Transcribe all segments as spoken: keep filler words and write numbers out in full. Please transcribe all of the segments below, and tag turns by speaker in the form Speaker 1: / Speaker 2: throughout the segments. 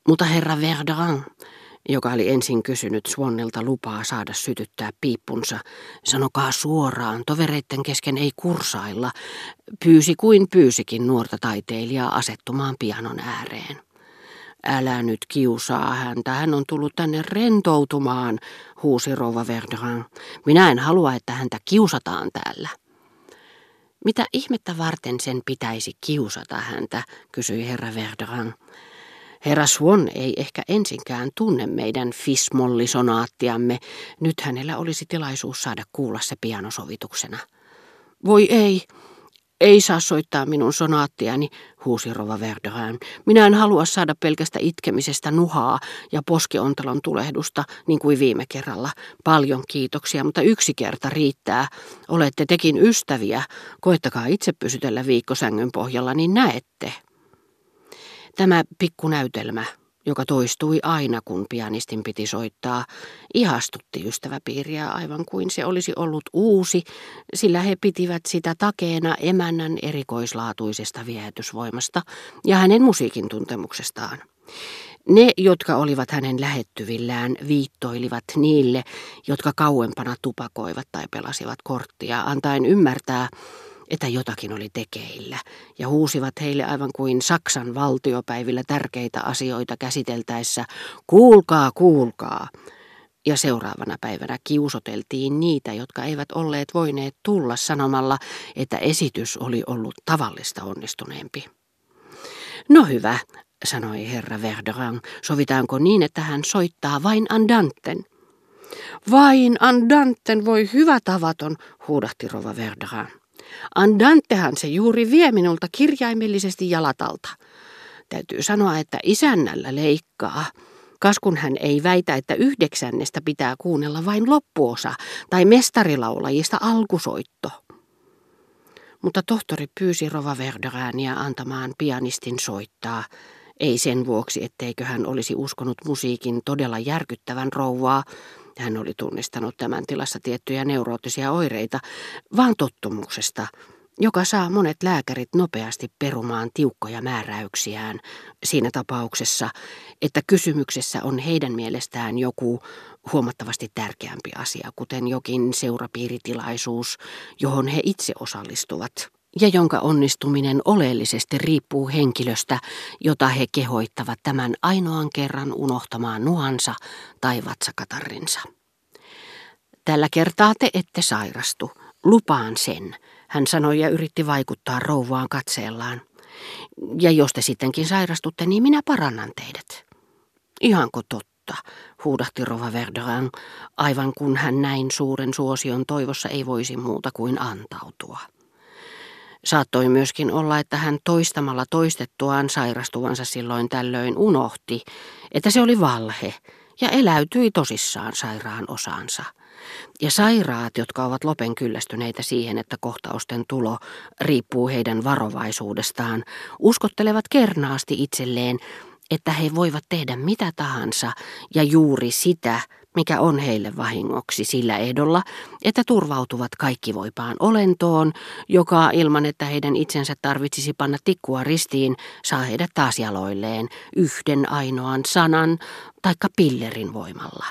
Speaker 1: Mutta herra Verdurin, joka oli ensin kysynyt Swannilta lupaa saada sytyttää piippunsa, sanokaa suoraan, tovereitten kesken ei kursailla, pyysi kuin pyysikin nuorta taiteilijaa asettumaan pianon ääreen. Älä nyt kiusaa häntä, hän on tullut tänne rentoutumaan, huusi rouva Verdurin. Minä en halua, että häntä kiusataan täällä. Mitä ihmettä varten sen pitäisi kiusata häntä, kysyi herra Verdurin. Herra Swann ei ehkä ensinkään tunne meidän fismollisonaattiamme. Nyt hänellä olisi tilaisuus saada kuulla se pianosovituksena. Voi ei, ei saa soittaa minun sonaattiani, huusi rouva Verdurin. Minä en halua saada pelkästä itkemisestä nuhaa ja poskeontelon tulehdusta, niin kuin viime kerralla. Paljon kiitoksia, mutta yksi kerta riittää. Olette tekin ystäviä. Koettakaa itse pysytellä viikkosängyn pohjalla, niin näette. Tämä pikkunäytelmä, joka toistui aina kun pianistin piti soittaa, ihastutti ystäväpiiriä aivan kuin se olisi ollut uusi, sillä he pitivät sitä takeena emännän erikoislaatuisesta viehätysvoimasta ja hänen musiikin tuntemuksestaan. Ne, jotka olivat hänen lähettyvillään, viittoilivat niille, jotka kauempana tupakoivat tai pelasivat korttia, antaen ymmärtää, että jotakin oli tekeillä, ja huusivat heille aivan kuin Saksan valtiopäivillä tärkeitä asioita käsiteltäessä, kuulkaa, kuulkaa. Ja seuraavana päivänä kiusoteltiin niitä, jotka eivät olleet voineet tulla sanomalla, että esitys oli ollut tavallista onnistuneempi. No hyvä, sanoi herra Verdurin, sovitaanko niin, että hän soittaa vain andanten? Vain andanten, voi hyvä tavaton, huudahti rouva Verdurin. Andantehan se juuri vie minulta kirjaimellisesti jalatalta. Täytyy sanoa, että isännällä leikkaa. Kas kun hän ei väitä, että yhdeksännestä pitää kuunnella vain loppuosa tai mestarilaulajista alkusoitto. Mutta tohtori pyysi rouva Verdurinia antamaan pianistin soittaa. Ei sen vuoksi, etteikö hän olisi uskonut musiikin todella järkyttävän rouvaa. Hän oli tunnistanut tämän tilassa tiettyjä neuroottisia oireita, vaan tottumuksesta, joka saa monet lääkärit nopeasti perumaan tiukkoja määräyksiään siinä tapauksessa, että kysymyksessä on heidän mielestään joku huomattavasti tärkeämpi asia, kuten jokin seurapiiritilaisuus, johon he itse osallistuvat, ja jonka onnistuminen oleellisesti riippuu henkilöstä, jota he kehoittavat tämän ainoan kerran unohtamaan nuhansa tai vatsakatarrinsa. Tällä kertaa te ette sairastu, lupaan sen, hän sanoi ja yritti vaikuttaa rouvaan katseellaan. Ja jos te sittenkin sairastutte, niin minä parannan teidät. Ihanko totta, huudahti rouva Verdurin, aivan kun hän näin suuren suosion toivossa ei voisi muuta kuin antautua. Saattoi myöskin olla, että hän toistamalla toistettuaan sairastuvansa silloin tällöin unohti, että se oli valhe ja eläytyi tosissaan sairaan osaansa. Ja sairaat, jotka ovat lopen kyllästyneitä siihen, että kohtausten tulo riippuu heidän varovaisuudestaan, uskottelevat kernaasti itselleen, että he voivat tehdä mitä tahansa ja juuri sitä, mikä on heille vahingoksi sillä ehdolla, että turvautuvat kaikkivoipaan olentoon, joka ilman, että heidän itsensä tarvitsisi panna tikkua ristiin, saa heidät taas jaloilleen yhden ainoan sanan taikka pillerin voimalla.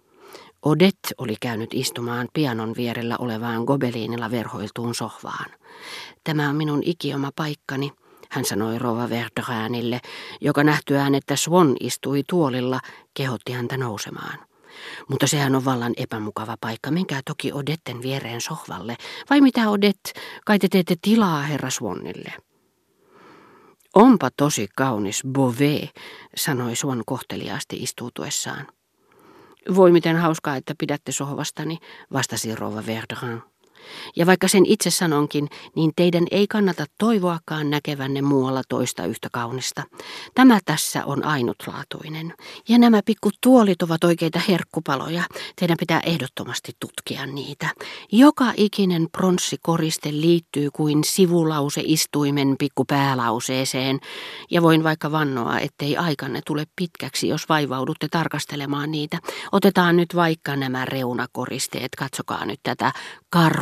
Speaker 1: Odette oli käynyt istumaan pianon vierellä olevaan gobeliinilla verhoiltuun sohvaan. Tämä on minun ikioma paikkani, hän sanoi rouva Verdurinille, joka nähtyään, että Swann istui tuolilla, kehotti häntä nousemaan. Mutta sehän on vallan epämukava paikka, menkää toki Odetten viereen sohvalle. Vai mitä, Odette, kai te teette tilaa herra Swannille? Onpa tosi kaunis Beauvais, sanoi Swann kohteliaasti istuutuessaan. Voi miten hauskaa, että pidätte sohvastani, vastasi rouva Verdurin. Ja vaikka sen itse sanonkin, niin teidän ei kannata toivoakaan näkevänne muualla toista yhtä kaunista. Tämä tässä on ainutlaatuinen. Ja nämä pikku tuolit ovat oikeita herkkupaloja. Teidän pitää ehdottomasti tutkia niitä. Joka ikinen pronssikoriste liittyy kuin sivulause istuimen pikku päälauseeseen. Ja voin vaikka vannoa, ettei aikanne tule pitkäksi, jos vaivaudutte tarkastelemaan niitä. Otetaan nyt vaikka nämä reunakoristeet. Katsokaa nyt tätä karhu.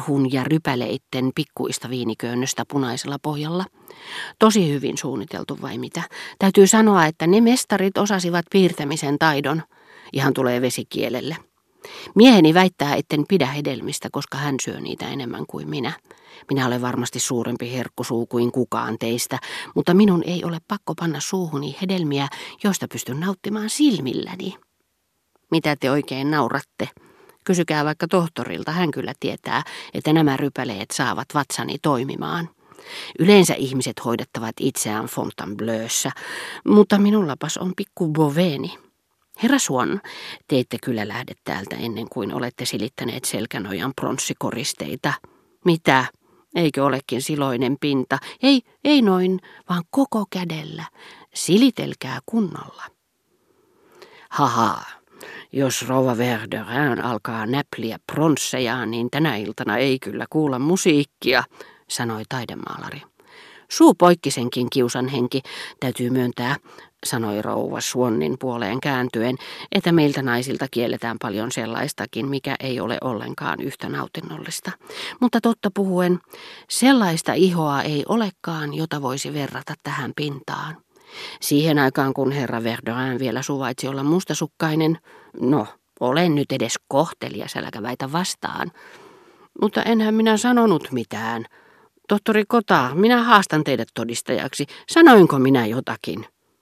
Speaker 1: mehun ja rypäleitten pikkuista viiniköynnöstä punaisella pohjalla. Tosi hyvin suunniteltu vai mitä? Täytyy sanoa, että ne mestarit osasivat piirtämisen taidon. Ihan tulee vesikielelle. Mieheni väittää, etten pidä hedelmistä, koska hän syö niitä enemmän kuin minä. Minä olen varmasti suurempi herkkusuu kuin kukaan teistä, mutta minun ei ole pakko panna suuhuni hedelmiä, joista pystyn nauttimaan silmilläni. Mitä te oikein nauratte? Kysykää vaikka tohtorilta, hän kyllä tietää, että nämä rypäleet saavat vatsani toimimaan. Yleensä ihmiset hoidettavat itseään Fontainebleaussa, mutta minullapas on pikku boveeni. Herra Swan, te ette kyllä lähde täältä ennen kuin olette silittäneet selkänojan pronssikoristeita. Mitä? Eikö olekin siloinen pinta? Ei, ei noin, vaan koko kädellä. Silitelkää kunnolla. Haha, jos rouva Verdurin alkaa näpliä pronssejaan, niin tänä iltana ei kyllä kuulla musiikkia, sanoi taidemaalari. Suu poikkisenkin kiusan henki, täytyy myöntää, sanoi rouva Swannin puoleen kääntyen, että meiltä naisilta kielletään paljon sellaistakin, mikä ei ole ollenkaan yhtä nautinnollista. Mutta totta puhuen, sellaista ihoa ei olekaan, jota voisi verrata tähän pintaan. Siihen aikaan, kun herra Verdurin vielä suvaitsi olla mustasukkainen, no, olen nyt edes kohtelias, äläkä väitä vastaan. Mutta enhän minä sanonut mitään. Tohtori Kota, minä haastan teidät todistajaksi. Sanoinko minä jotakin?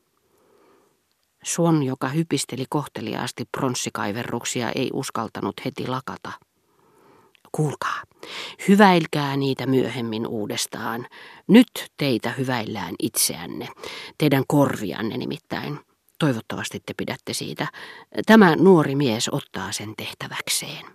Speaker 1: Swan, joka hypisteli kohteliaasti pronssikaiverruksia, ei uskaltanut heti lakata. Kuulkaa, hyväilkää niitä myöhemmin uudestaan. Nyt teitä hyväillään itseänne, teidän korvianne nimittäin. Toivottavasti te pidätte siitä. Tämä nuori mies ottaa sen tehtäväkseen.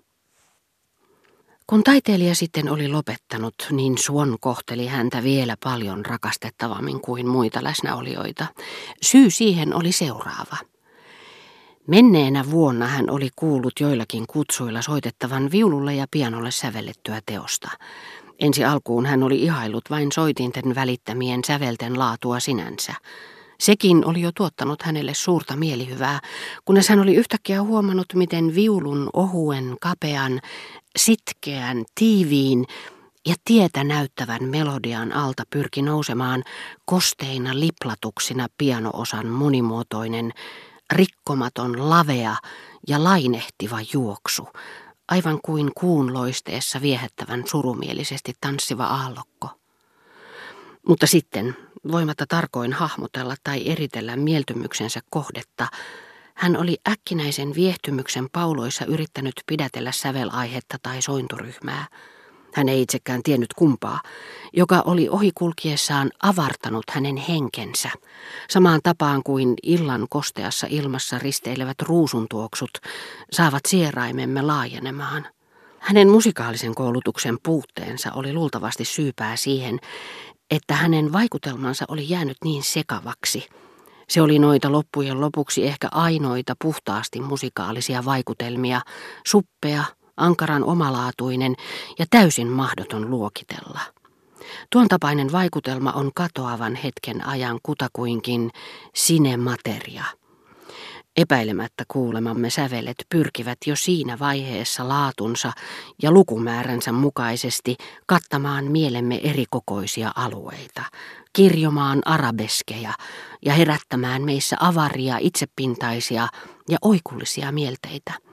Speaker 1: Kun taiteilija sitten oli lopettanut, niin Swan kohteli häntä vielä paljon rakastettavammin kuin muita läsnäolijoita. Syy siihen oli seuraava. Menneenä vuonna hän oli kuullut joillakin kutsuilla soitettavan viululle ja pianolle sävellettyä teosta. Ensi alkuun hän oli ihaillut vain soitinten välittämien sävelten laatua sinänsä. Sekin oli jo tuottanut hänelle suurta mielihyvää, kunnes hän oli yhtäkkiä huomannut, miten viulun ohuen, kapean, sitkeän, tiiviin ja tietä näyttävän melodian alta pyrki nousemaan kosteina liplatuksina pianoosan monimuotoinen, rikkomaton, lavea ja lainehtiva juoksu, aivan kuin kuun loisteessa viehättävän surumielisesti tanssiva aallokko. Mutta sitten, voimatta tarkoin hahmotella tai eritellä mieltymyksensä kohdetta, hän oli äkkinäisen viehtymyksen pauloissa yrittänyt pidätellä sävelaihetta tai sointuryhmää. Hän ei itsekään tiennyt kumpaa, joka oli ohikulkiessaan avartanut hänen henkensä, samaan tapaan kuin illan kosteassa ilmassa risteilevät ruusuntuoksut saavat sieraimemme laajenemaan. Hänen musikaalisen koulutuksen puutteensa oli luultavasti syypää siihen, että hänen vaikutelmansa oli jäänyt niin sekavaksi. Se oli noita loppujen lopuksi ehkä ainoita puhtaasti musikaalisia vaikutelmia, suppea, ankaran omalaatuinen ja täysin mahdoton luokitella. Tuon tapainen vaikutelma on katoavan hetken ajan kutakuinkin sinemateria. Epäilemättä kuulemamme sävelet pyrkivät jo siinä vaiheessa laatunsa ja lukumääränsä mukaisesti kattamaan mielemme erikokoisia alueita, kirjomaan arabeskeja ja herättämään meissä avaria, itsepintaisia ja oikullisia mielteitä.